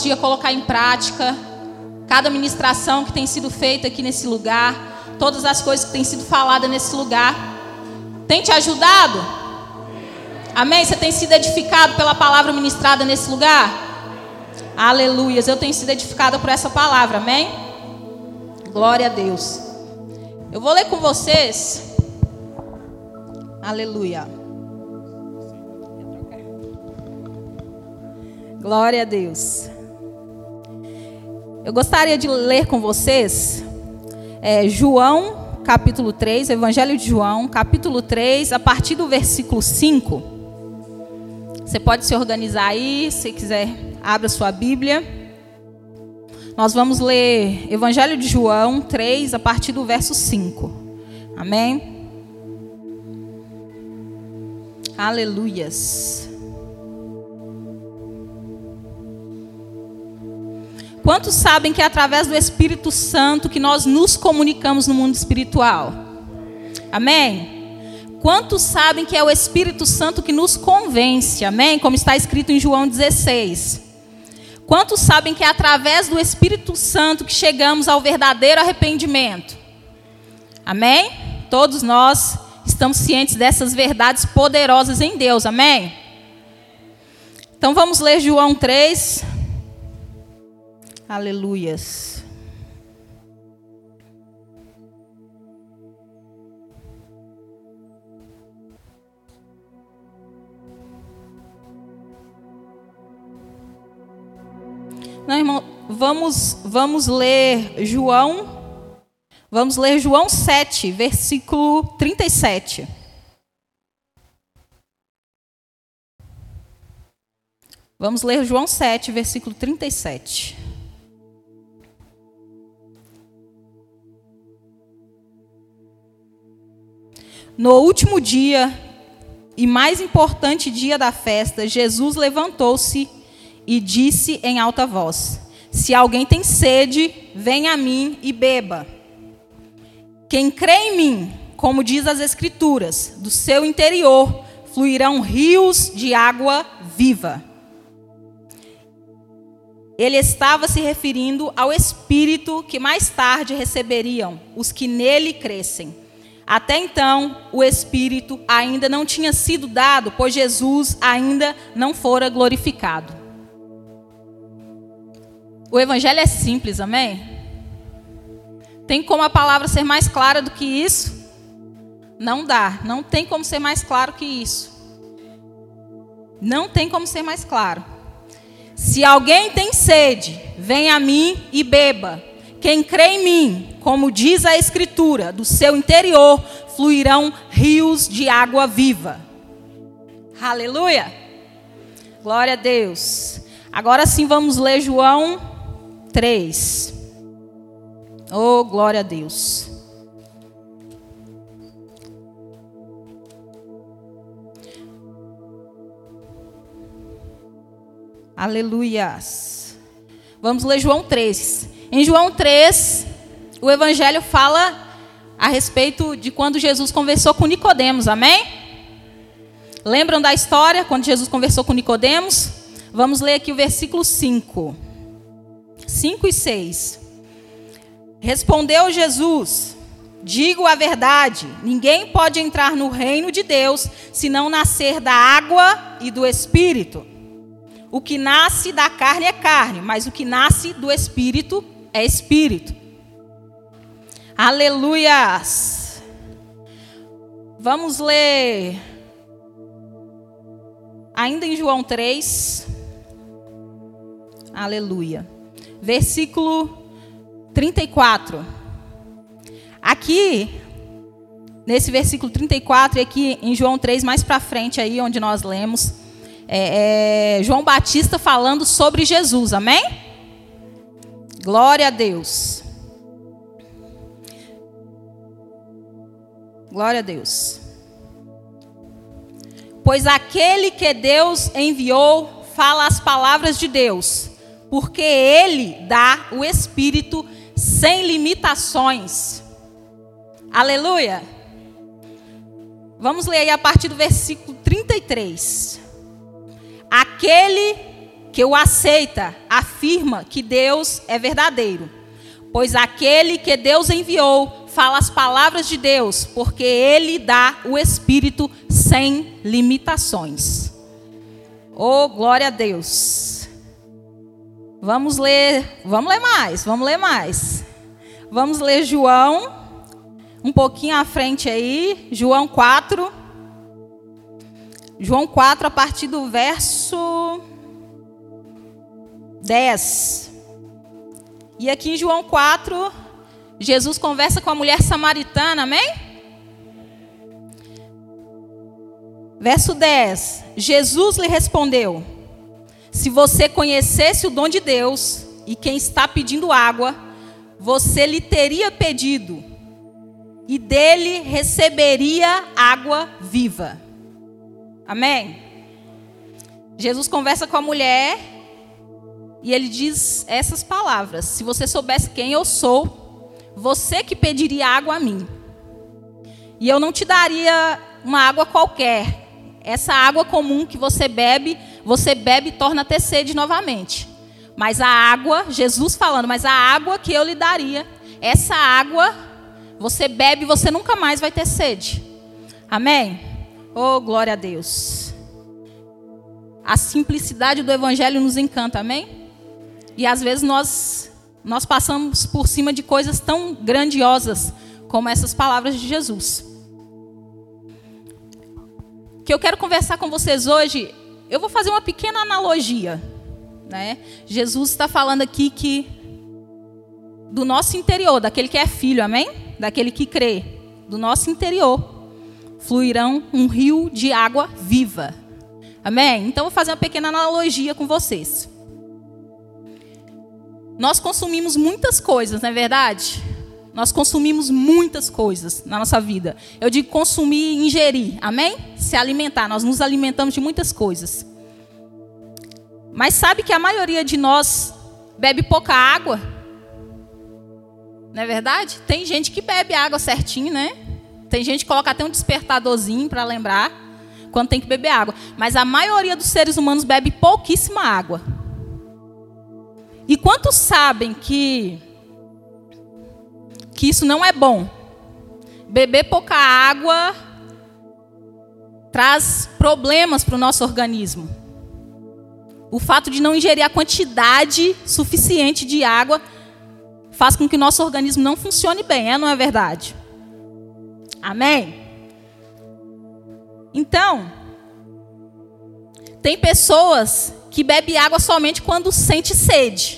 dia colocar em prática cada ministração que tem sido feita aqui nesse lugar, todas as coisas que têm sido faladas nesse lugar. Tem te ajudado? Amém? Você tem sido edificado pela palavra ministrada nesse lugar? Aleluias, eu tenho sido edificada por essa palavra, amém? Glória a Deus. Eu vou ler com vocês. Aleluia. Glória a Deus. Eu gostaria de ler com vocês João, capítulo 3, Evangelho de João, capítulo 3, a partir do versículo 5. Você pode se organizar aí, se quiser, abra sua Bíblia. Nós vamos ler Evangelho de João 3, a partir do verso 5. Amém? Aleluias. Quantos sabem que é através do Espírito Santo que nós nos comunicamos no mundo espiritual? Amém? Quantos sabem que é o Espírito Santo que nos convence? Amém? Como está escrito em João 16. Quantos sabem que é através do Espírito Santo que chegamos ao verdadeiro arrependimento? Amém? Todos nós estamos cientes dessas verdades poderosas em Deus. Amém? Então vamos ler João 3. Aleluias. Não, irmão, vamos ler João. Vamos ler João 7, versículo 37. Vamos ler João 7, versículo 37. No último dia e mais importante dia da festa, Jesus levantou-se e disse em alta voz: se alguém tem sede, venha a mim e beba. Quem crê em mim, como diz as Escrituras, do seu interior fluirão rios de água viva. Ele estava se referindo ao Espírito que mais tarde receberiam os que nele crescem. Até então, o Espírito ainda não tinha sido dado, pois Jesus ainda não fora glorificado. O Evangelho é simples, amém? Tem como a palavra ser mais clara do que isso? Não dá, não tem como ser mais claro que isso. Não tem como ser mais claro. Se alguém tem sede, venha a mim e beba. Quem crê em mim, como diz a Escritura, do seu interior fluirão rios de água viva. Aleluia! Glória a Deus. Agora sim vamos ler João 3. Oh, glória a Deus. Aleluias. Vamos ler João 3. Em João 3, o Evangelho fala a respeito de quando Jesus conversou com Nicodemos, amém? Lembram da história, quando Jesus conversou com Nicodemos? Vamos ler aqui o versículo 5. 5 e 6. Respondeu Jesus: digo a verdade, ninguém pode entrar no reino de Deus se não nascer da água e do Espírito. O que nasce da carne é carne, mas o que nasce do Espírito é Espírito. Aleluias. Vamos ler ainda em João 3. Aleluia. Versículo 34. Aqui, nesse versículo 34, e aqui em João 3, mais para frente aí, onde nós lemos, João Batista falando sobre Jesus, amém? Glória a Deus. Glória a Deus. Pois aquele que Deus enviou fala as palavras de Deus, porque Ele dá o Espírito sem limitações. Aleluia. Vamos ler aí a partir do versículo 33. Aquele que o aceita afirma que Deus é verdadeiro, pois aquele que Deus enviou fala as palavras de Deus, porque ele dá o Espírito sem limitações. Oh, glória a Deus. Vamos ler mais. Vamos ler João, um pouquinho à frente aí, João 4. João 4, a partir do verso 10. E aqui em João 4, Jesus conversa com a mulher samaritana, amém? Verso 10. Jesus lhe respondeu: se você conhecesse o dom de Deus e quem está pedindo água, você lhe teria pedido e dele receberia água viva. Amém? Jesus conversa com a mulher e ele diz essas palavras: se você soubesse quem eu sou, você que pediria água a mim. E eu não te daria uma água qualquer. Essa água comum que você bebe e torna a ter sede novamente. Mas a água, Jesus falando, mas a água que eu lhe daria, essa água, você bebe e você nunca mais vai ter sede. Amém? Oh, glória a Deus. A simplicidade do Evangelho nos encanta, amém? E às vezes nós passamos por cima de coisas tão grandiosas como essas palavras de Jesus. O que eu quero conversar com vocês hoje, eu vou fazer uma pequena analogia, né? Jesus está falando aqui que do nosso interior, daquele que é filho, amém? Daquele que crê, do nosso interior, fluirão um rio de água viva. Amém? Então, vou fazer uma pequena analogia com vocês. Nós consumimos muitas coisas, não é verdade? Nós consumimos muitas coisas na nossa vida. Eu digo consumir e ingerir, amém? Se alimentar, nós nos alimentamos de muitas coisas. Mas sabe que a maioria de nós bebe pouca água? Não é verdade? Tem gente que bebe água certinho, né? Tem gente que coloca até um despertadorzinho para lembrar quando tem que beber água. Mas a maioria dos seres humanos bebe pouquíssima água. E quantos sabem que isso não é bom? Beber pouca água traz problemas para o nosso organismo. O fato de não ingerir a quantidade suficiente de água faz com que o nosso organismo não funcione bem, não é verdade? Amém? Então, tem pessoas que bebem água somente quando sente sede.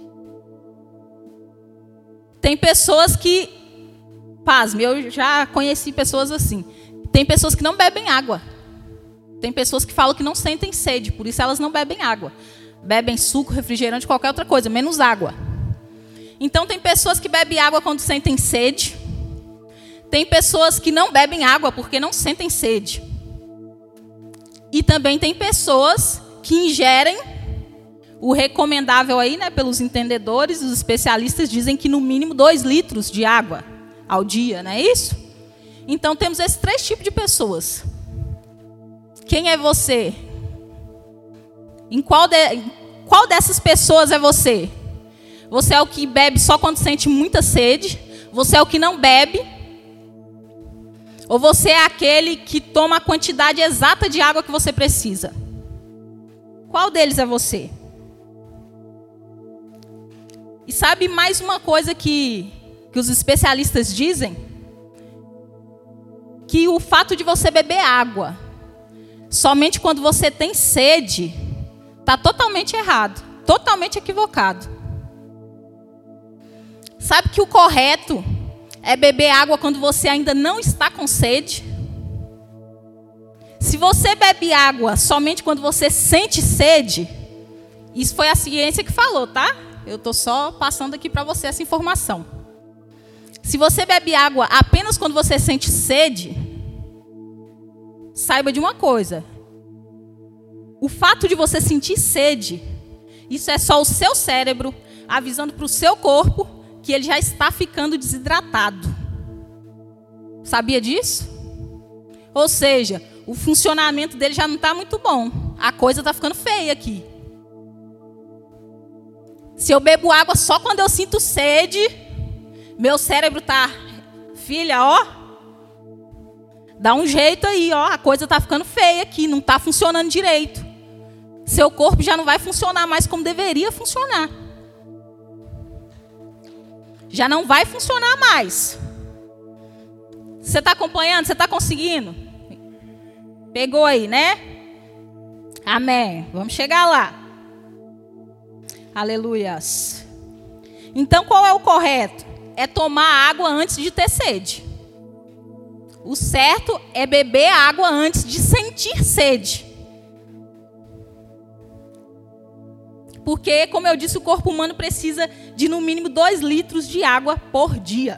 Tem pessoas que, pasme, eu já conheci pessoas assim. Tem pessoas que não bebem água. Tem pessoas que falam que não sentem sede, por isso elas não bebem água. Bebem suco, refrigerante, qualquer outra coisa, menos água. Então tem pessoas que bebem água quando sentem sede. Tem pessoas que não bebem água porque não sentem sede. E também tem pessoas que ingerem o recomendável aí, né, pelos entendedores, os especialistas dizem que no mínimo 2 litros de água ao dia, não é isso? Então temos esses 3 tipos de pessoas. Quem é você? Em qual dessas pessoas é você? Você é o que bebe só quando sente muita sede? Você é o que não bebe? Ou você é aquele que toma a quantidade exata de água que você precisa? Qual deles é você? E sabe mais uma coisa que os especialistas dizem? Que o fato de você beber água somente quando você tem sede está totalmente errado, totalmente equivocado. Sabe que o correto é beber água quando você ainda não está com sede? Se você bebe água somente quando você sente sede, isso foi a ciência que falou, tá? Eu estou só passando aqui para você essa informação. Se você bebe água apenas quando você sente sede, saiba de uma coisa. O fato de você sentir sede, isso é só o seu cérebro avisando para o seu corpo que ele já está ficando desidratado. Sabia disso? Ou seja, o funcionamento dele já não está muito bom. A coisa está ficando feia aqui. Se eu bebo água só quando eu sinto sede, meu cérebro tá, filha, ó, dá um jeito aí, ó, a coisa tá ficando feia aqui, não tá funcionando direito. Seu corpo já não vai funcionar mais como deveria funcionar. Já não vai funcionar mais. Você está acompanhando? Você está conseguindo? Pegou aí, né? Amém. Vamos chegar lá. Aleluias. Então, qual é o correto? É tomar água antes de ter sede. O certo é beber água antes de sentir sede. Porque, como eu disse, o corpo humano precisa de no mínimo 2 litros de água por dia.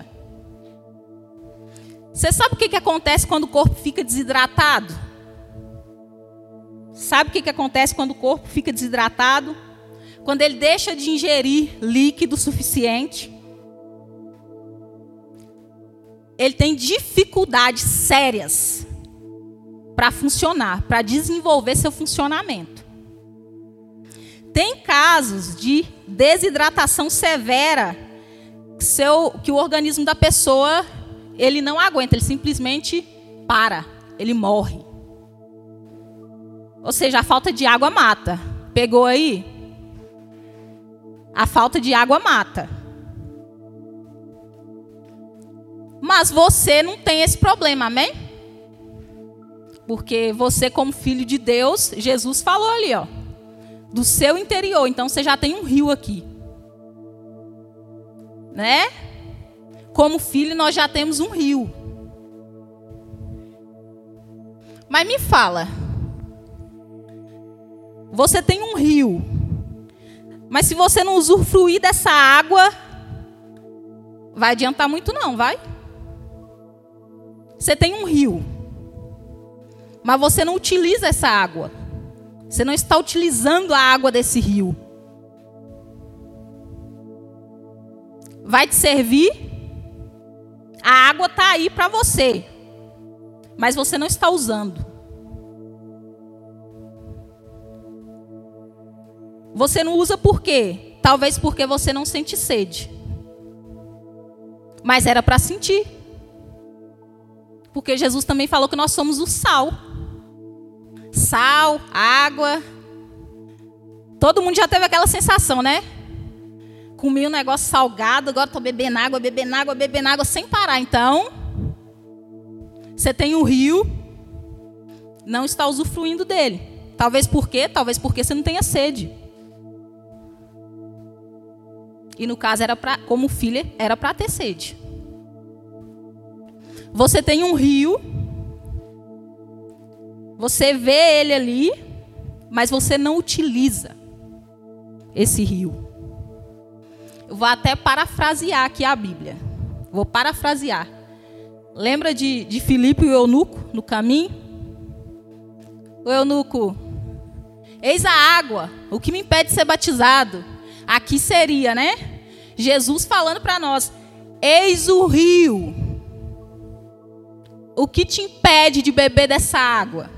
Você sabe o que acontece quando o corpo fica desidratado? Sabe o que acontece quando o corpo fica desidratado? Quando ele deixa de ingerir líquido suficiente. Ele tem dificuldades sérias para funcionar, para desenvolver seu funcionamento. Tem casos de desidratação severa que o organismo da pessoa ele não aguenta, ele simplesmente para, ele morre. Ou seja, a falta de água mata. Pegou aí? A falta de água mata. Mas você não tem esse problema, amém? Porque você, como filho de Deus, Jesus falou ali, ó, do seu interior. Então você já tem um rio aqui, né? Como filho, nós já temos um rio. Mas me fala, você tem um rio, mas se você não usufruir dessa água, vai adiantar muito não, vai? Você tem um rio, mas você não utiliza essa água. Você não está utilizando a água desse rio. Vai te servir? A água está aí para você, mas você não está usando. Você não usa por quê? Talvez porque você não sente sede. Mas era para sentir. Porque Jesus também falou que nós somos o sal. Sal, água. Todo mundo já teve aquela sensação, né? Comi um negócio salgado, agora estou bebendo água sem parar. Então, você tem um rio, não está usufruindo dele. Talvez por quê? Talvez porque você não tenha sede. E no caso, como filha, era para ter sede. Você tem um rio, você vê ele ali, mas você não utiliza esse rio. Eu vou até parafrasear aqui a Bíblia. Vou parafrasear. Lembra de Filipe e o eunuco no caminho? O eunuco, eis a água, o que me impede de ser batizado? Aqui seria, né? Jesus falando para nós, eis o rio. O que te impede de beber dessa água?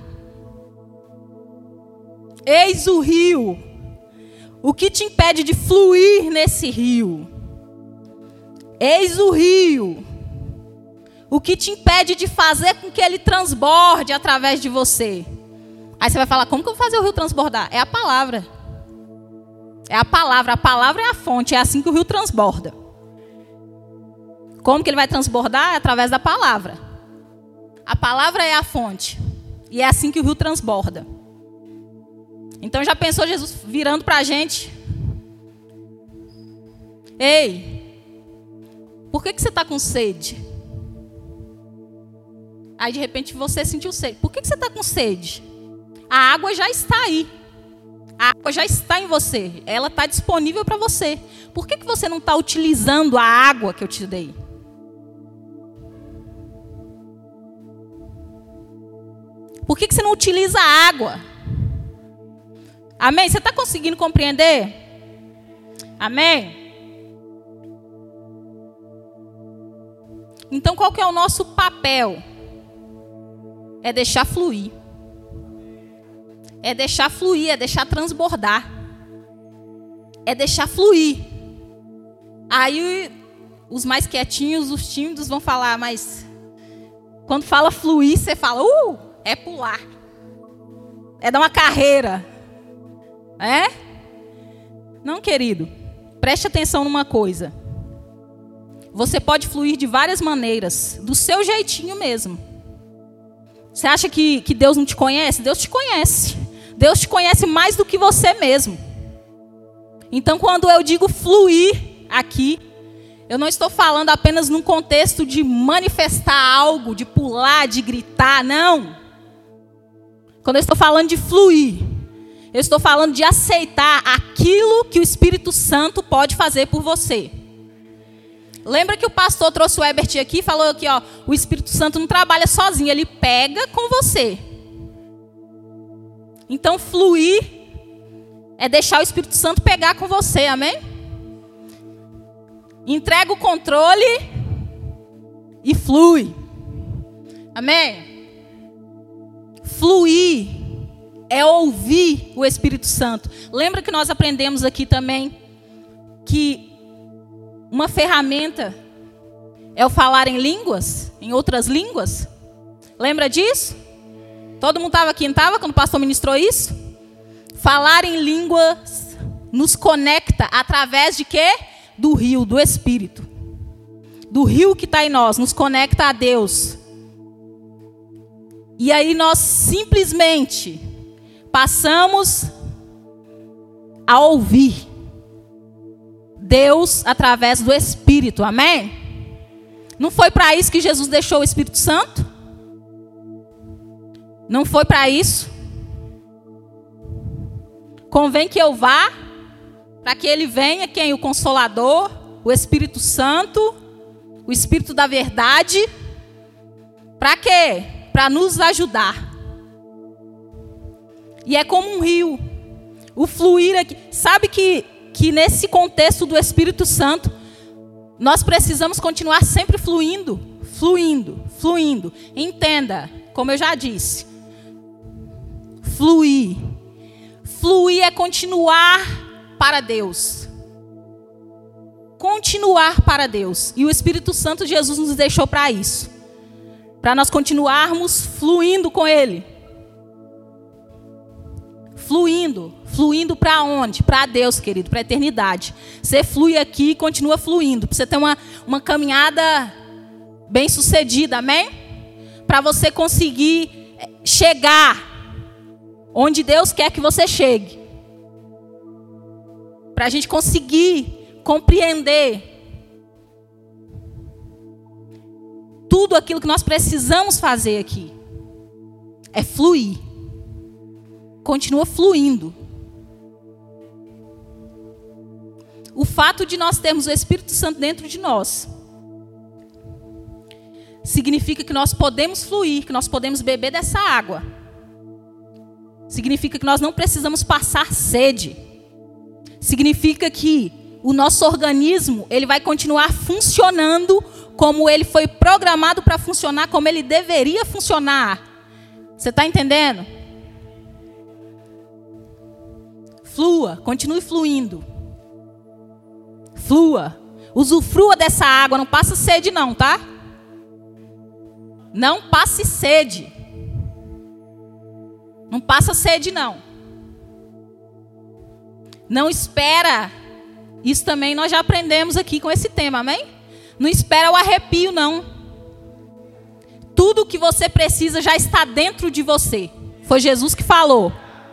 Eis o rio. O que te impede de fluir nesse rio? Eis o rio. O que te impede de fazer com que ele transborde através de você? Aí você vai falar, como que eu vou fazer o rio transbordar? É a palavra. É a palavra é a fonte, é assim que o rio transborda. Como que ele vai transbordar? É através da palavra. A palavra é a fonte. E é assim que o rio transborda. Então já pensou Jesus virando para a gente? Ei, por que você está com sede? Aí de repente você sentiu sede. Por que você está com sede? A água já está aí. A água já está em você. Ela está disponível para você. Por que você não está utilizando a água que eu te dei? Por que você não utiliza a água? Amém? Você está conseguindo compreender? Amém? Então qual que é o nosso papel? É deixar fluir. É deixar fluir, é deixar transbordar. é deixar fluir. Aí os mais quietinhos, os tímidos vão falar, mas quando fala fluir, você fala, é pular. É dar uma carreira. É? Não, querido. Preste atenção numa coisa. Você pode fluir de várias maneiras, do seu jeitinho mesmo. Você acha que Deus não te conhece? Deus te conhece. Deus te conhece mais do que você mesmo. Então, quando eu digo fluir aqui, eu não estou falando apenas num contexto de manifestar algo, de pular, de gritar, não. Quando eu estou falando de fluir, eu estou falando de aceitar aquilo que o Espírito Santo pode fazer por você. Lembra que o pastor trouxe o Herbert aqui e falou que o Espírito Santo não trabalha sozinho, ele pega com você. Então, fluir é deixar o Espírito Santo pegar com você, amém? Entrega o controle e flui. Amém? Fluir é ouvir o Espírito Santo. Lembra que nós aprendemos aqui também que uma ferramenta é o falar em línguas, em outras línguas? Lembra disso? Todo mundo estava aqui, não estava, quando o pastor ministrou isso? Falar em línguas nos conecta através de quê? Do rio, do Espírito. Do rio que está em nós, nos conecta a Deus. E aí nós simplesmente passamos a ouvir Deus através do Espírito, amém? Não foi para isso que Jesus deixou o Espírito Santo? Não foi para isso? Convém que eu vá, para que ele venha, quem? O Consolador, o Espírito Santo, o Espírito da verdade. Para quê? Para nos ajudar. E é como um rio. O fluir aqui. Sabe que nesse contexto do Espírito Santo, nós precisamos continuar sempre fluindo. Fluindo, fluindo. Entenda, como eu já disse. Fluir. Fluir é continuar para Deus. Continuar para Deus. E o Espírito Santo, Jesus nos deixou para isso. Para nós continuarmos fluindo com Ele. Fluindo. Fluindo para onde? Para Deus, querido, para a eternidade. Você flui aqui e continua fluindo. Para você ter uma caminhada bem sucedida, amém? Para você conseguir chegar onde Deus quer que você chegue. Para a gente conseguir compreender tudo aquilo que nós precisamos fazer aqui. É fluir. Continua fluindo. O fato de nós termos o Espírito Santo dentro de nós significa que nós podemos fluir, que nós podemos beber dessa água. Significa que nós não precisamos passar sede. Significa que o nosso organismo, ele vai continuar funcionando como ele foi programado para funcionar, como ele deveria funcionar. Você está entendendo? Flua, continue fluindo. Flua. Usufrua dessa água, não passa sede não, tá? Não passe sede. Não passa sede não. Não espera. Isso também nós já aprendemos aqui com esse tema, amém? Não espera o arrepio não. Tudo que você precisa já está dentro de você. Foi Jesus que falou.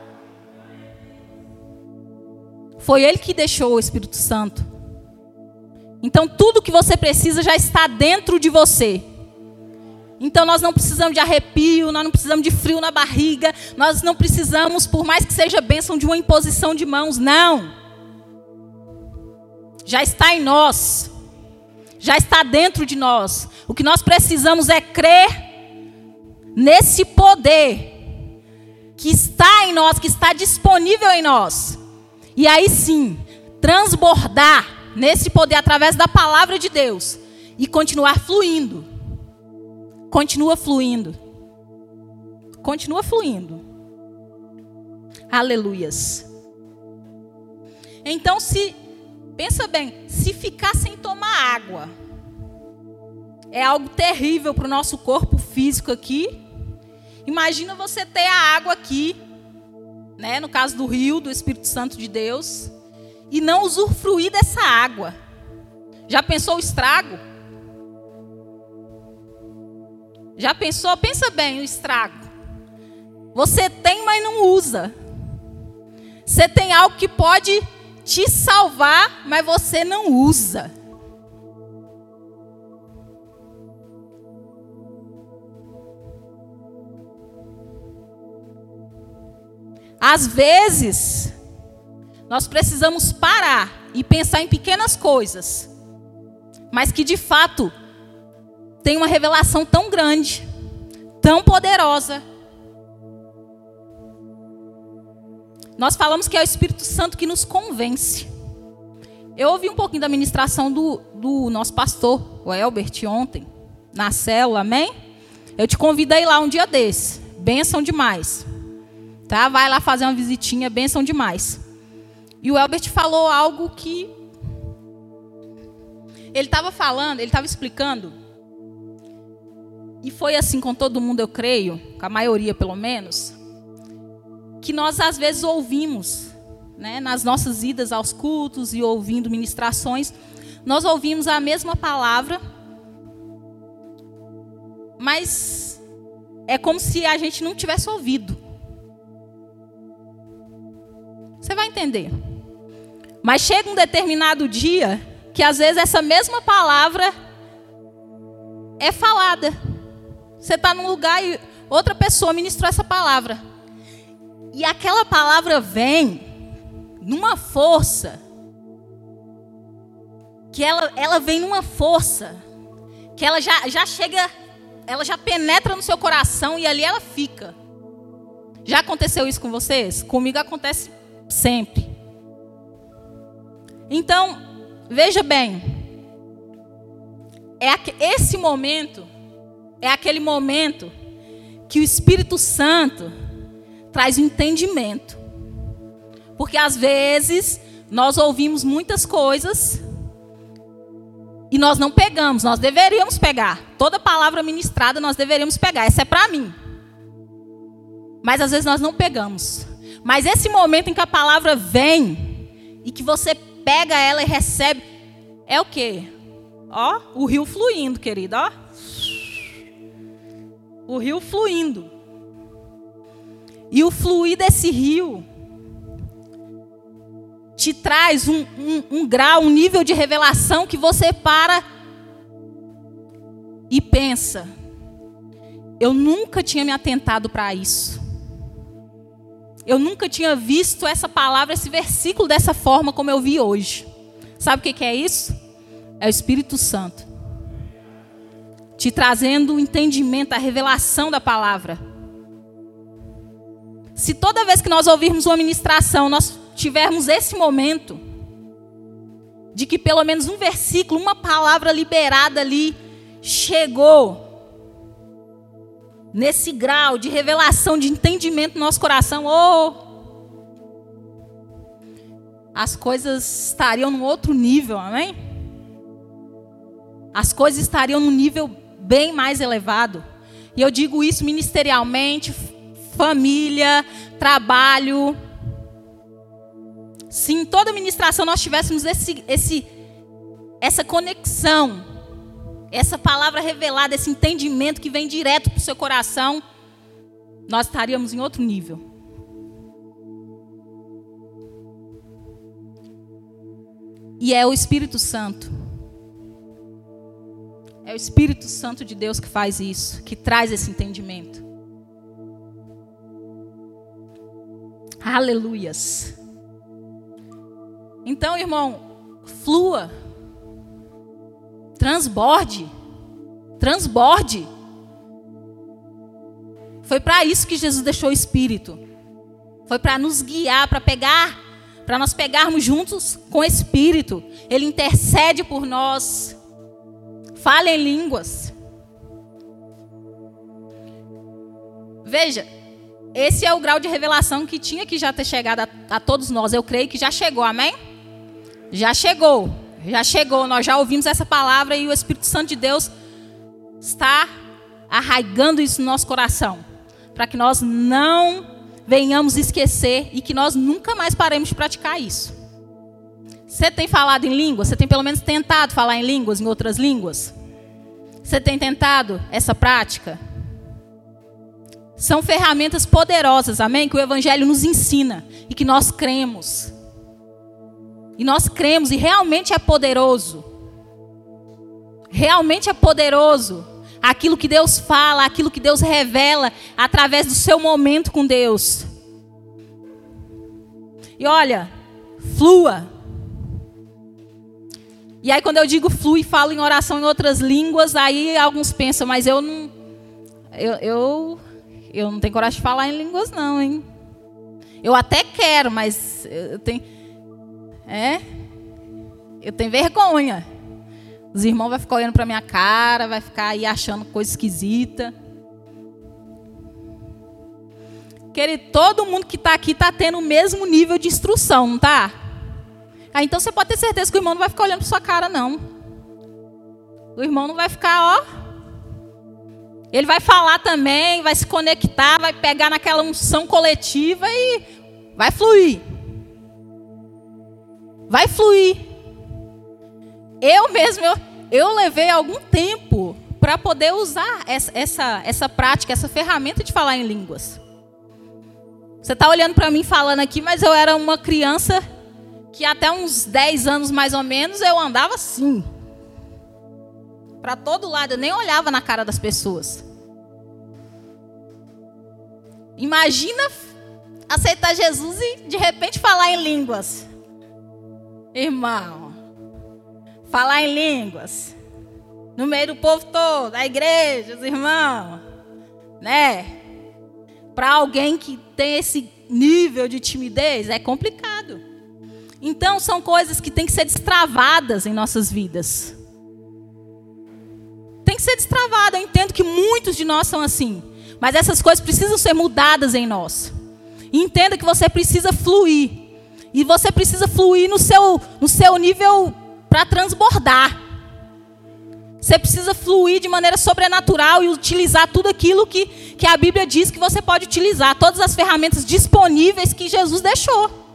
Foi Ele que deixou o Espírito Santo. Então tudo que você precisa já está dentro de você. Então nós não precisamos de arrepio, nós não precisamos de frio na barriga, nós não precisamos, por mais que seja bênção, de uma imposição de mãos, não. Já está em nós, já está dentro de nós. O que nós precisamos é crer nesse poder que está em nós, que está disponível em nós. E aí sim, transbordar nesse poder através da palavra de Deus e continuar fluindo. Continua fluindo. Continua fluindo. Aleluias. Então, pensa bem, se ficar sem tomar água, é algo terrível para o nosso corpo físico aqui. Imagina você ter a água aqui, né, no caso do rio, do Espírito Santo de Deus, e não usufruir dessa água. Já pensou o estrago? Já pensou? Pensa bem o estrago. Você tem, mas não usa. Você tem algo que pode te salvar, mas você não usa. Às vezes, nós precisamos parar e pensar em pequenas coisas, mas que de fato tem uma revelação tão grande, tão poderosa. Nós falamos que é o Espírito Santo que nos convence. Eu ouvi um pouquinho da ministração do nosso pastor, o Elbert, ontem, na célula, amém? Eu te convido a ir lá um dia desse. Bênção demais. Tá? Vai lá fazer uma visitinha, bênção demais. E o Elbert falou algo que... Ele estava explicando, e foi assim com todo mundo, eu creio, com a maioria pelo menos, que nós às vezes ouvimos, né, nas nossas idas aos cultos e ouvindo ministrações, nós ouvimos a mesma palavra, mas é como se a gente não tivesse ouvido. Você vai entender. Mas chega um determinado dia que às vezes essa mesma palavra é falada. Você está num lugar e outra pessoa ministrou essa palavra. E aquela palavra vem numa força, que ela vem numa força, que ela já chega, ela já penetra no seu coração e ali ela fica. Já aconteceu isso com vocês? Comigo acontece sempre. Então, veja bem, esse momento é aquele momento que o Espírito Santo traz um entendimento. Porque às vezes nós ouvimos muitas coisas e nós não pegamos. Nós deveríamos pegar. Toda palavra ministrada nós deveríamos pegar. Essa é para mim. Mas às vezes nós não pegamos. Mas esse momento em que a palavra vem e que você pega ela e recebe, é o quê? Ó, o rio fluindo, querido, ó. O rio fluindo. E o fluir desse rio te traz um grau, um nível de revelação que você para e pensa: eu nunca tinha me atentado para isso. Eu nunca tinha visto essa palavra, esse versículo dessa forma como eu vi hoje. Sabe o que é isso? É o Espírito Santo te trazendo o entendimento, a revelação da palavra. Se toda vez que nós ouvirmos uma ministração, nós tivermos esse momento de que pelo menos um versículo, uma palavra liberada ali, chegou nesse grau de revelação, de entendimento no nosso coração, as coisas estariam num outro nível, amém? As coisas estariam num nível bem mais elevado. E eu digo isso ministerialmente, família, trabalho. Se em toda ministração nós tivéssemos essa conexão, essa palavra revelada, esse entendimento que vem direto para o seu coração, nós estaríamos em outro nível. E é o Espírito Santo. É o Espírito Santo de Deus que faz isso, que traz esse entendimento. Aleluias. Então, irmão, flua. Transborde. Foi para isso que Jesus deixou o Espírito. Foi para nos guiar, para nós pegarmos juntos com o Espírito. Ele intercede por nós. Fala em línguas. Veja, esse é o grau de revelação que tinha que já ter chegado a todos nós. Eu creio que já chegou, amém? Já chegou, nós já ouvimos essa palavra e o Espírito Santo de Deus está arraigando isso no nosso coração, para que nós não venhamos esquecer e que nós nunca mais paremos de praticar isso. Você tem falado em línguas? Você tem pelo menos tentado falar em línguas, em outras línguas? Você tem tentado essa prática? São ferramentas poderosas, amém? Que o Evangelho nos ensina e que nós cremos. E nós cremos e realmente é poderoso. Realmente é poderoso. Aquilo que Deus fala, aquilo que Deus revela através do seu momento com Deus. E olha, flua. E aí quando eu digo flui e falo em oração em outras línguas, aí alguns pensam, mas eu não tenho coragem de falar em línguas não, hein? Eu até quero, mas eu tenho vergonha. Os irmãos vão ficar olhando para minha cara, vai ficar aí achando coisa esquisita. Querido, todo mundo que está aqui está tendo o mesmo nível de instrução, não está? Então você pode ter certeza que o irmão não vai ficar olhando para sua cara, não. O irmão não vai ficar, Ele vai falar também, vai se conectar, vai pegar naquela unção coletiva e vai fluir. Vai fluir. Eu levei algum tempo para poder usar essa prática, essa ferramenta de falar em línguas. Você está olhando para mim falando aqui, mas eu era uma criança que até uns 10 anos mais ou menos eu andava assim. Para todo lado, eu nem olhava na cara das pessoas. Imagina aceitar Jesus e de repente falar em línguas. Irmão, falar em línguas. No meio do povo todo, a igreja, os irmãos. Né? Para alguém que tem esse nível de timidez, é complicado. Então, são coisas que têm que ser destravadas em nossas vidas. Tem que ser destravado. Eu entendo que muitos de nós são assim. Mas essas coisas precisam ser mudadas em nós. E entenda que você precisa fluir. E você precisa fluir no seu nível para transbordar. Você precisa fluir de maneira sobrenatural e utilizar tudo aquilo que a Bíblia diz que você pode utilizar. Todas as ferramentas disponíveis que Jesus deixou.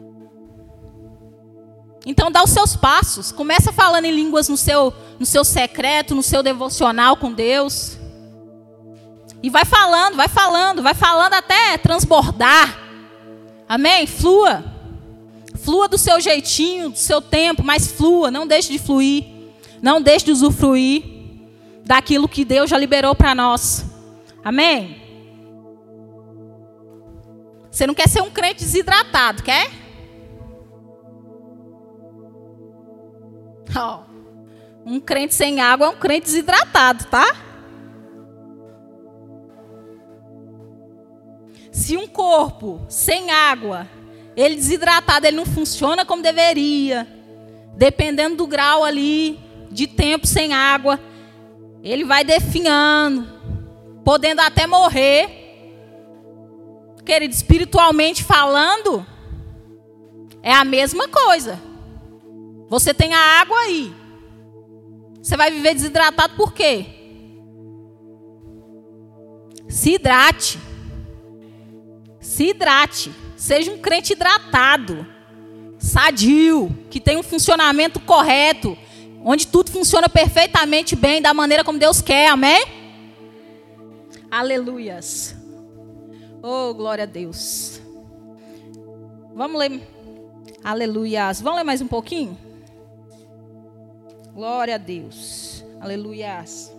Então dá os seus passos. Começa falando em línguas no seu secreto, no seu devocional com Deus. E vai falando até transbordar. Amém? Flua. Flua do seu jeitinho, do seu tempo, mas flua. Não deixe de fluir. Não deixe de usufruir daquilo que Deus já liberou para nós. Amém? Você não quer ser um crente desidratado, quer? Um crente sem água é um crente desidratado, tá? Se um corpo sem água, ele desidratado, ele não funciona como deveria, dependendo do grau ali de tempo sem água, ele vai definhando, podendo até morrer. Querido, espiritualmente falando, é a mesma coisa. Você tem a água aí. Você vai viver desidratado por quê? Se hidrate. Se hidrate. Seja um crente hidratado. Sadio. Que tem um funcionamento correto. Onde tudo funciona perfeitamente bem, da maneira como Deus quer. Amém? Aleluias. Oh, glória a Deus. Vamos ler. Aleluias. Vamos ler mais um pouquinho? Glória a Deus. Aleluias.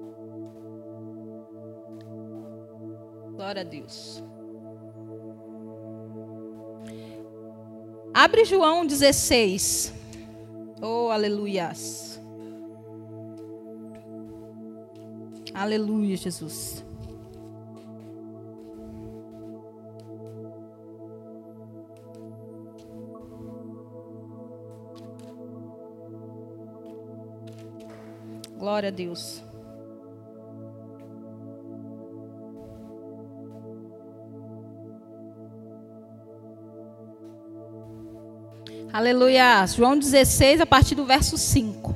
Glória a Deus. Abre João 16. Oh, aleluias. Aleluia, Jesus. Glória a Deus. Aleluia. João 16, a partir do verso 5.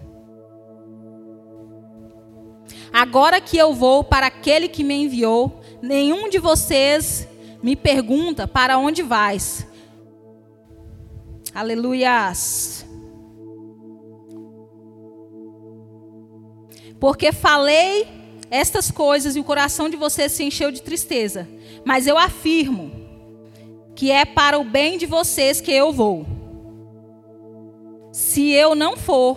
Agora que eu vou para aquele que me enviou, nenhum de vocês me pergunta para onde vais. Aleluias. Porque falei estas coisas e o coração de vocês se encheu de tristeza. Mas eu afirmo que é para o bem de vocês que eu vou. Se eu não for,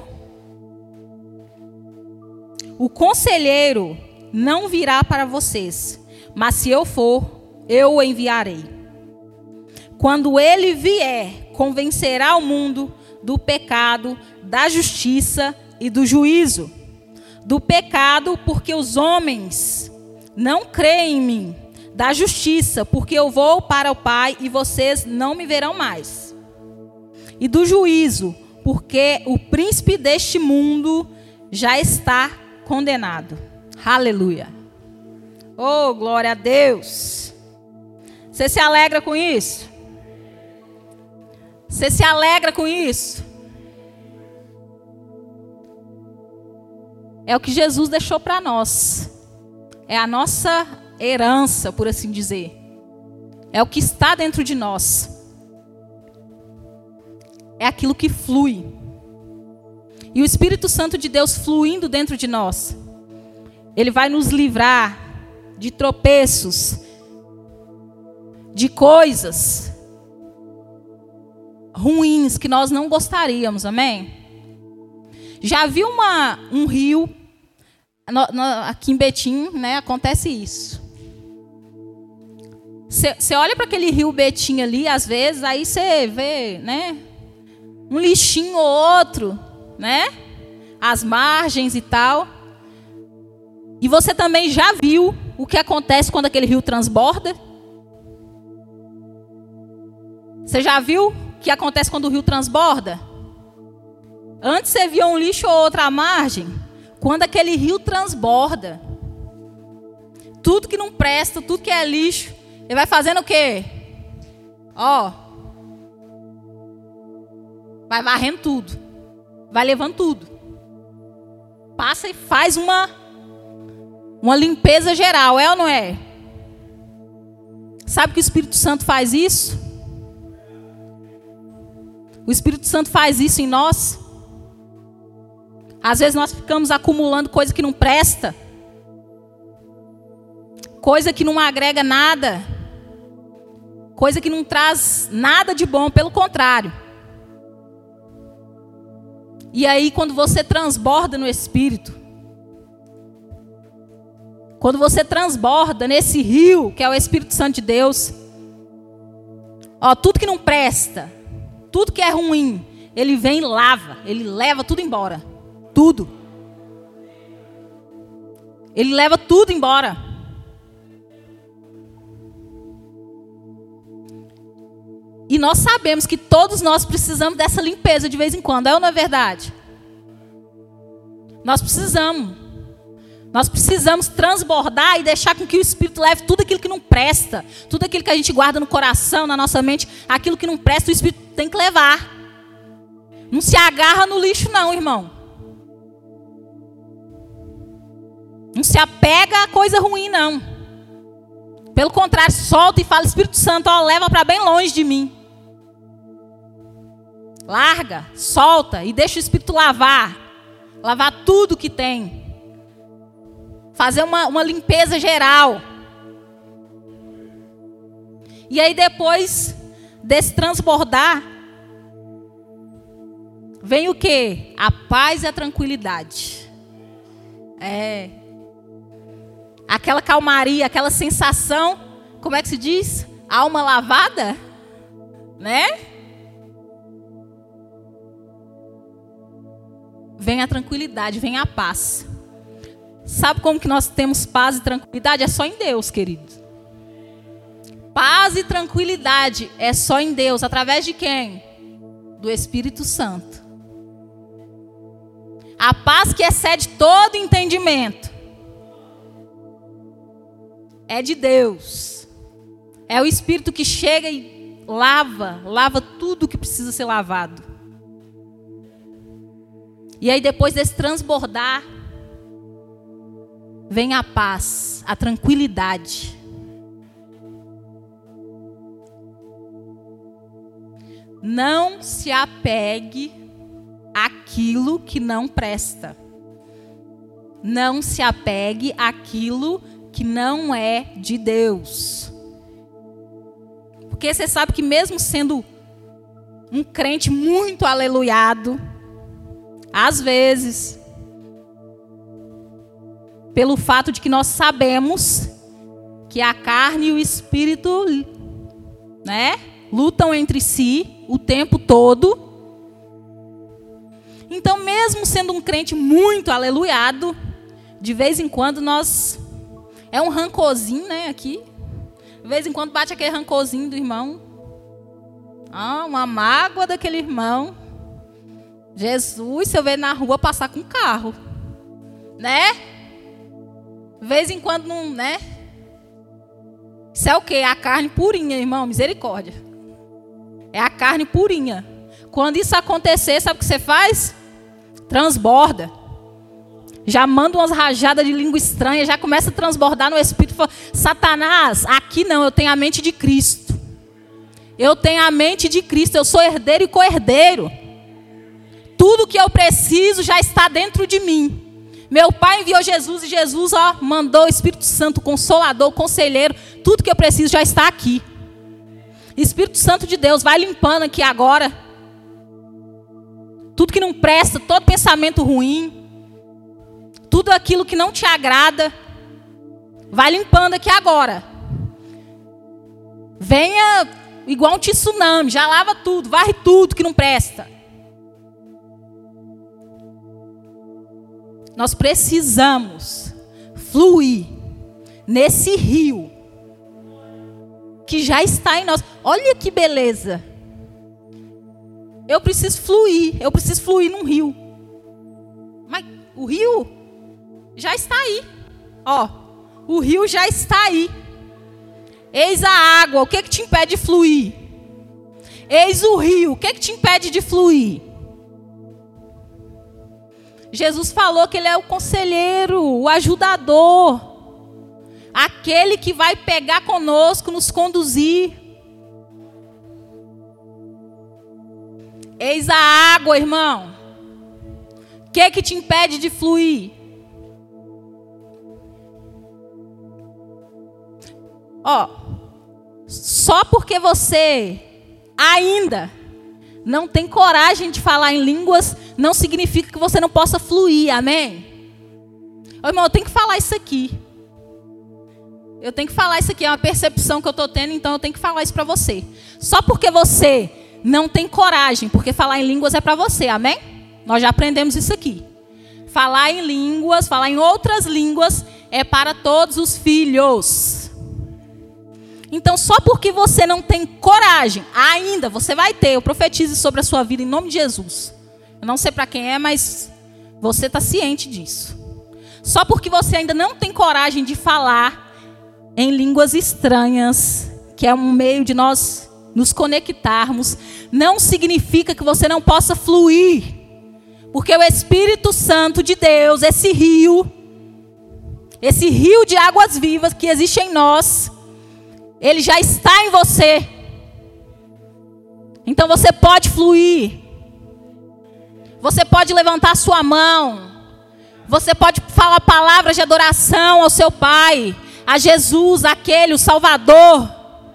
o conselheiro não virá para vocês. Mas se eu for, eu o enviarei. Quando ele vier, convencerá o mundo do pecado, da justiça e do juízo. Do pecado, porque os homens não creem em mim. Da justiça, porque eu vou para o Pai e vocês não me verão mais. E do juízo, porque o príncipe deste mundo já está condenado. Aleluia. Oh, glória a Deus. Você se alegra com isso? Você se alegra com isso? É o que Jesus deixou para nós. É a nossa herança, por assim dizer. É o que está dentro de nós. É aquilo que flui. E o Espírito Santo de Deus fluindo dentro de nós, ele vai nos livrar de tropeços, de coisas ruins que nós não gostaríamos, amém? Já viu um rio, aqui em Betim, né, acontece isso. Você olha para aquele rio Betim ali, às vezes, aí você vê, né, um lixinho ou outro, né, as margens e tal. E você também já viu o que acontece quando aquele rio transborda? Você já viu o que acontece quando o rio transborda? Antes você via um lixo ou outra à margem. Quando aquele rio transborda, tudo que não presta, tudo que é lixo, ele vai fazendo o quê? Ó, vai varrendo tudo, vai levando tudo. Passa e faz uma limpeza geral, é ou não é? Sabe que o Espírito Santo faz isso? O Espírito Santo faz isso em nós. Às vezes nós ficamos acumulando coisa que não presta, coisa que não agrega nada, coisa que não traz nada de bom, pelo contrário. E aí quando você transborda no Espírito, quando você transborda nesse rio que é o Espírito Santo de Deus, ó, tudo que não presta, tudo que é ruim, ele vem e lava, ele leva tudo embora. Tudo. Ele leva tudo embora. E nós sabemos que todos nós precisamos dessa limpeza de vez em quando, é ou não é verdade? Nós precisamos. Nós precisamos transbordar e deixar com que o Espírito leve tudo aquilo que não presta, tudo aquilo que a gente guarda no coração, na nossa mente, aquilo que não presta, o Espírito tem que levar. Não se agarra no lixo não, irmão. Não se apega a coisa ruim, não. Pelo contrário, solta e fala, Espírito Santo, ó, leva para bem longe de mim. Larga, solta e deixa o Espírito lavar tudo que tem. Fazer uma limpeza geral. E aí depois desse transbordar, vem o quê? A paz e a tranquilidade. Aquela calmaria, aquela sensação, como é que se diz? Alma lavada, né? Vem a tranquilidade, vem a paz. Sabe como que nós temos paz e tranquilidade? É só em Deus, querido. Paz e tranquilidade é só em Deus. Através de quem? Do Espírito Santo. A paz que excede todo entendimento é de Deus. É o Espírito que chega e lava tudo que precisa ser lavado. E aí depois desse transbordar, vem a paz, a tranquilidade. Não se apegue àquilo que não presta. Não se apegue àquilo que não é de Deus. Porque você sabe que mesmo sendo um crente muito aleluiado, às vezes, pelo fato de que nós sabemos que a carne e o espírito, né, lutam entre si o tempo todo. Então, mesmo sendo um crente muito aleluiado, de vez em quando nós... É um rancorzinho, né, aqui. De vez em quando bate aquele rancorzinho do irmão. Uma mágoa daquele irmão. Jesus, se eu ver na rua passar com carro. Né? De vez em quando não, né? Isso é o quê? A carne purinha, irmão, misericórdia. É a carne purinha. Quando isso acontecer, sabe o que você faz? Transborda. Já manda umas rajadas de língua estranha, já começa a transbordar no espírito. Fala, Satanás, aqui não, eu tenho a mente de Cristo. Eu tenho a mente de Cristo, eu sou herdeiro e co-herdeiro. Tudo que eu preciso já está dentro de mim. Meu Pai enviou Jesus e Jesus mandou o Espírito Santo, o Consolador, o Conselheiro. Tudo que eu preciso já está aqui. Espírito Santo de Deus, vai limpando aqui agora. Tudo que não presta, todo pensamento ruim. Tudo aquilo que não te agrada. Vai limpando aqui agora. Venha igual um tsunami, já lava tudo, varre tudo que não presta. Nós precisamos fluir nesse rio que já está em nós. Olha que beleza. Eu preciso fluir num rio. Mas o rio já está aí. Ó, o rio já está aí. Eis a água, o que te impede de fluir? Eis o rio, o que te impede de fluir? Jesus falou que Ele é o conselheiro, o ajudador. Aquele que vai pegar conosco, nos conduzir. Eis a água, irmão. O que te impede de fluir? Só porque você ainda não tem coragem de falar em línguas, não significa que você não possa fluir, amém? Irmão, eu tenho que falar isso aqui. Eu tenho que falar isso aqui, é uma percepção que eu estou tendo, então eu tenho que falar isso para você. Só porque você não tem coragem, porque falar em línguas é para você, amém? Nós já aprendemos isso aqui. Falar em línguas, falar em outras línguas é para todos os filhos. Então, só porque você não tem coragem, ainda, você vai ter, eu profetizo sobre a sua vida em nome de Jesus. Eu não sei para quem é, mas você está ciente disso. Só porque você ainda não tem coragem de falar em línguas estranhas, que é um meio de nós nos conectarmos, não significa que você não possa fluir. Porque o Espírito Santo de Deus, esse rio de águas vivas que existe em nós, ele já está em você. Então você pode fluir. Você pode levantar sua mão. Você pode falar palavras de adoração ao seu Pai, a Jesus, aquele, o Salvador.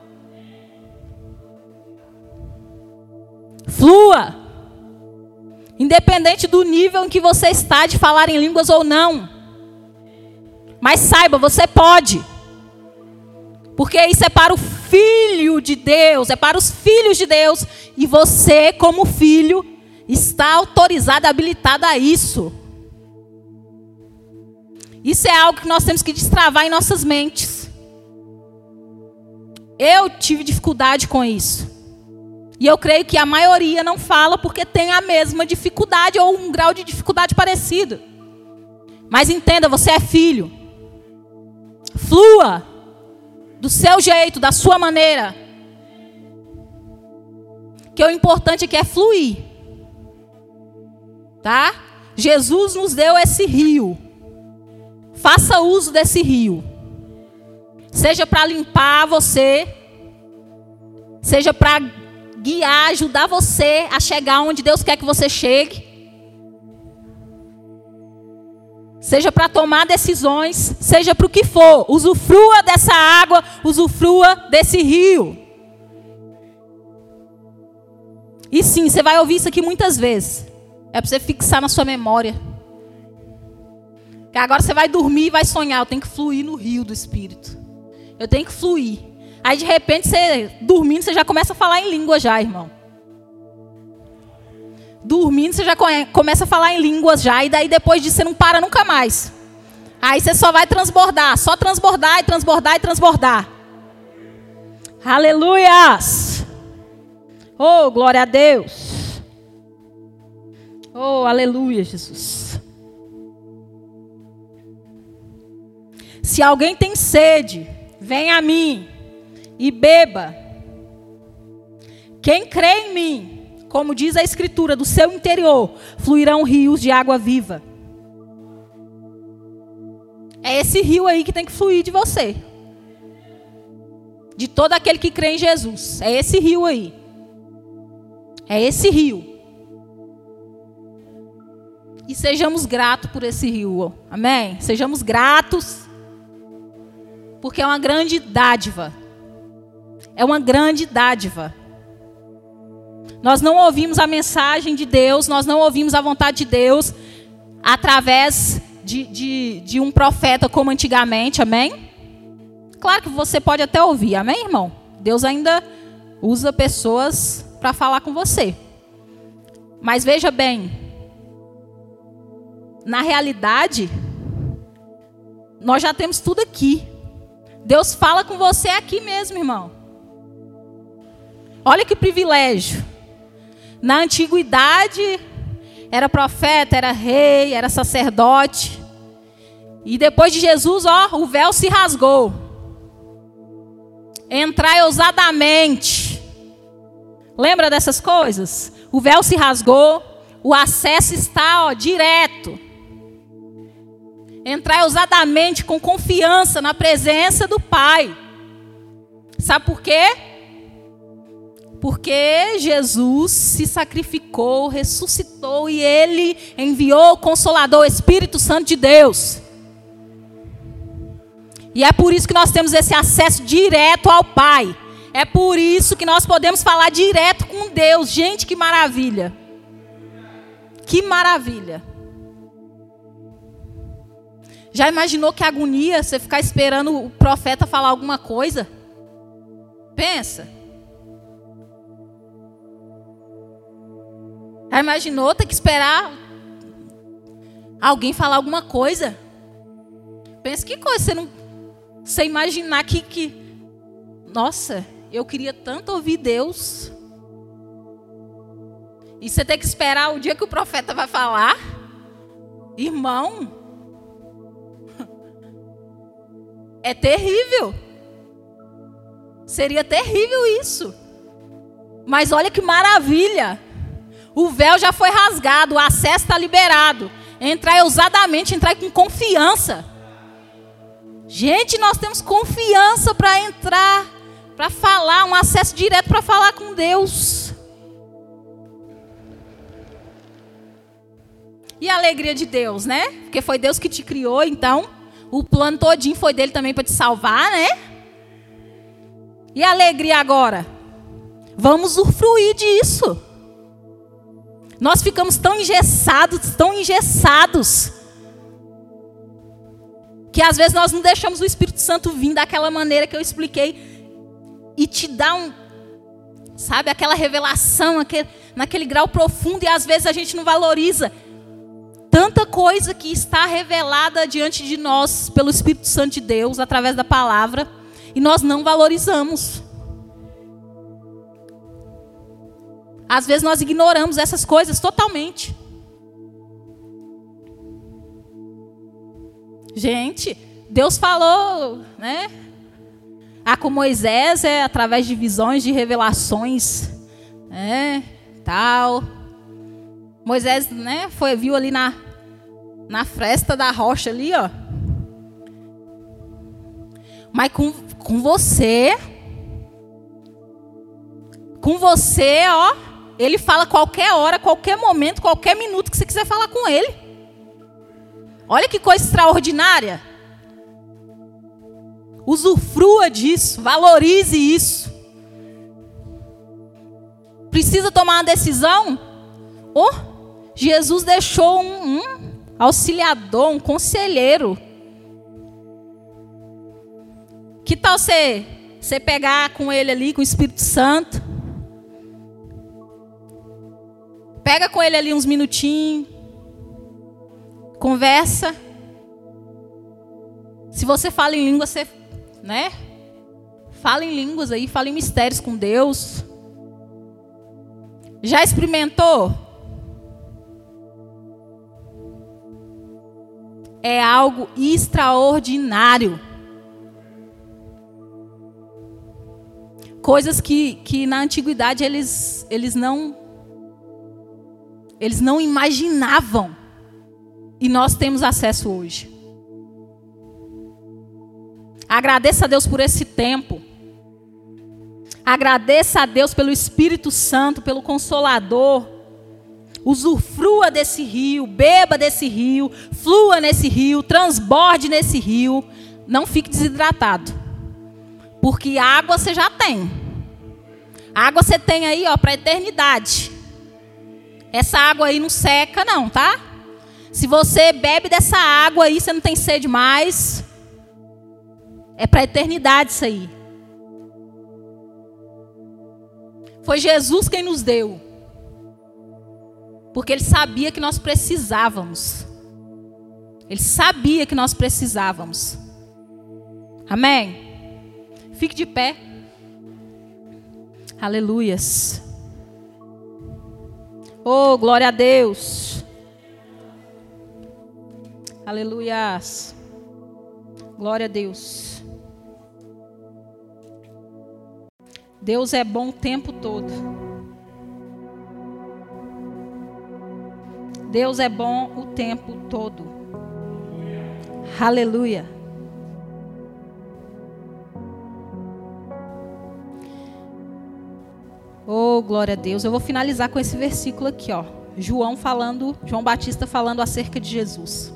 Flua. Independente do nível em que você está de falar em línguas ou não. Mas saiba, você pode. Porque isso é para o Filho de Deus, é para os filhos de Deus. E você, como filho, está autorizado, habilitado a isso. Isso é algo que nós temos que destravar em nossas mentes. Eu tive dificuldade com isso. E eu creio que a maioria não fala porque tem a mesma dificuldade ou um grau de dificuldade parecido. Mas entenda, você é filho. Flua. Do seu jeito, da sua maneira. Que o importante aqui é fluir. Tá? Jesus nos deu esse rio. Faça uso desse rio. Seja para limpar você, seja para guiar, ajudar você a chegar onde Deus quer que você chegue. Seja para tomar decisões, seja para o que for. Usufrua dessa água, usufrua desse rio. E sim, você vai ouvir isso aqui muitas vezes. É para você fixar na sua memória. Que agora você vai dormir e vai sonhar. Eu tenho que fluir no rio do Espírito. Eu tenho que fluir. Aí de repente, você dormindo, você já começa a falar em língua já, irmão. Dormindo, você já começa a falar em línguas já. E daí depois disso, você não para nunca mais. Aí você só vai transbordar. Só transbordar e transbordar e transbordar. Aleluias! Oh, glória a Deus! Oh, aleluia, Jesus! Se alguém tem sede, venha a mim e beba. Quem crê em mim, como diz a Escritura, do seu interior fluirão rios de água viva. É esse rio aí que tem que fluir de você. De todo aquele que crê em Jesus. É esse rio aí. É esse rio. E sejamos gratos por esse rio. Amém? Sejamos gratos. Porque é uma grande dádiva. É uma grande dádiva. Nós não ouvimos a mensagem de Deus, nós não ouvimos a vontade de Deus através de um profeta como antigamente, amém? Claro que você pode até ouvir, amém, irmão? Deus ainda usa pessoas para falar com você. Mas veja bem, na realidade, nós já temos tudo aqui. Deus fala com você aqui mesmo, irmão. Olha que privilégio. Na antiguidade, era profeta, era rei, era sacerdote. E depois de Jesus, o véu se rasgou. Entrai ousadamente. Lembra dessas coisas? O véu se rasgou, o acesso está direto. Entrai ousadamente, com confiança na presença do Pai. Sabe por quê? Porque Jesus se sacrificou, ressuscitou e Ele enviou o Consolador, o Espírito Santo de Deus. E é por isso que nós temos esse acesso direto ao Pai. É por isso que nós podemos falar direto com Deus. Gente, que maravilha. Que maravilha. Já imaginou que agonia você ficar esperando o profeta falar alguma coisa? Pensa. Já imaginou ter que esperar alguém falar alguma coisa? Pensa que coisa, você imaginar que nossa, eu queria tanto ouvir Deus. E você ter que esperar o dia que o profeta vai falar? Irmão, é terrível. Seria terrível isso. Mas olha que maravilha. O véu já foi rasgado, o acesso está liberado. Entrai ousadamente, entrai com confiança. Gente, nós temos confiança para entrar, para falar, um acesso direto para falar com Deus. E a alegria de Deus, né? Porque foi Deus que te criou, então o plano todinho foi dele também para te salvar, né? E a alegria agora? Vamos usufruir disso. Nós ficamos tão engessados, que às vezes nós não deixamos o Espírito Santo vir daquela maneira que eu expliquei e te dá sabe, aquela revelação, naquele grau profundo, e às vezes a gente não valoriza tanta coisa que está revelada diante de nós pelo Espírito Santo de Deus, através da palavra, e nós não valorizamos. Às vezes nós ignoramos essas coisas totalmente. Gente, Deus falou, né? Com Moisés através de visões, de revelações, tal. Moisés, né, viu ali na fresta da rocha ali, ó. Mas com você, ó, ele fala qualquer hora, qualquer momento, qualquer minuto que você quiser falar com ele. Olha que coisa extraordinária. Usufrua disso, valorize isso. Precisa tomar uma decisão? Jesus deixou um auxiliador, um conselheiro. Que tal você pegar com ele ali, com o Espírito Santo? Pega com ele ali uns minutinhos. Conversa. Se você fala em língua, você, né? Fala em línguas aí, fala em mistérios com Deus. Já experimentou? É algo extraordinário. Coisas que na antiguidade eles não imaginavam. E nós temos acesso hoje. Agradeça a Deus por esse tempo. Agradeça a Deus pelo Espírito Santo, pelo Consolador. Usufrua desse rio, beba desse rio, flua nesse rio, transborde nesse rio. Não fique desidratado. Porque água você já tem. Água você tem aí, ó, para a eternidade. Essa água aí não seca não, tá? Se você bebe dessa água aí, você não tem sede mais. É para a eternidade isso aí. Foi Jesus quem nos deu. Porque Ele sabia que nós precisávamos. Ele sabia que nós precisávamos. Amém? Fique de pé. Aleluias. Oh, glória a Deus. Aleluias. Glória a Deus. Deus é bom o tempo todo. Deus é bom o tempo todo. Aleluia. Oh, glória a Deus. Eu vou finalizar com esse versículo aqui, ó. João Batista falando acerca de Jesus.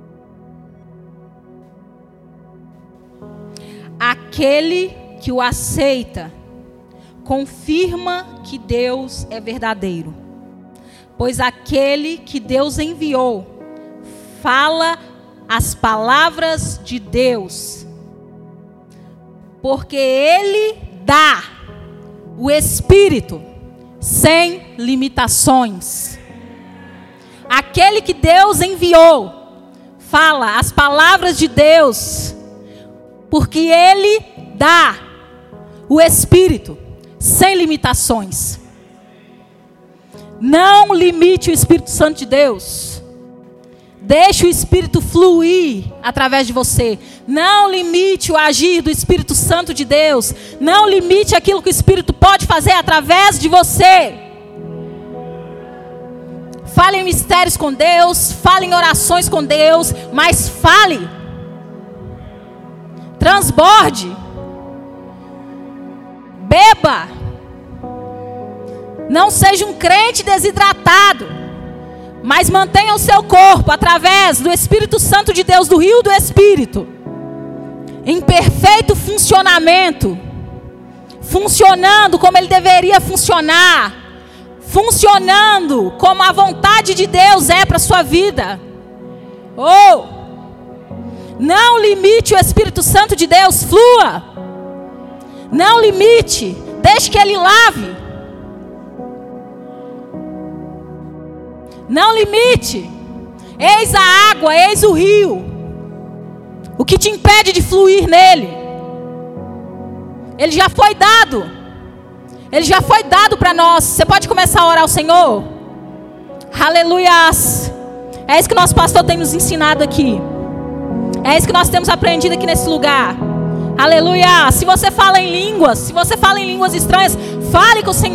Aquele que o aceita confirma que Deus é verdadeiro. Pois aquele que Deus enviou fala as palavras de Deus. Porque Ele dá o Espírito sem limitações. Aquele que Deus enviou fala as palavras de Deus. Porque Ele dá o Espírito sem limitações. Não limite o Espírito Santo de Deus. Deixe o Espírito fluir através de você. Não limite o agir do Espírito Santo de Deus. Não limite aquilo que o Espírito pode fazer através de você. Fale em mistérios com Deus. Fale em orações com Deus. Mas fale. Transborde. Beba. Não seja um crente desidratado, mas mantenha o seu corpo através do Espírito Santo de Deus, do rio do Espírito, em perfeito funcionamento, funcionando como ele deveria funcionar, funcionando como a vontade de Deus é para a sua vida. Oh, não limite o Espírito Santo de Deus, flua. Não limite, deixe que ele lave. Não limite. Eis a água, eis o rio. O que te impede de fluir nele? Ele já foi dado. Ele já foi dado para nós. Você pode começar a orar ao Senhor? Aleluias. É isso que nosso pastor tem nos ensinado aqui. É isso que nós temos aprendido aqui nesse lugar. Aleluia. Se você fala em línguas estranhas, fale com o Senhor.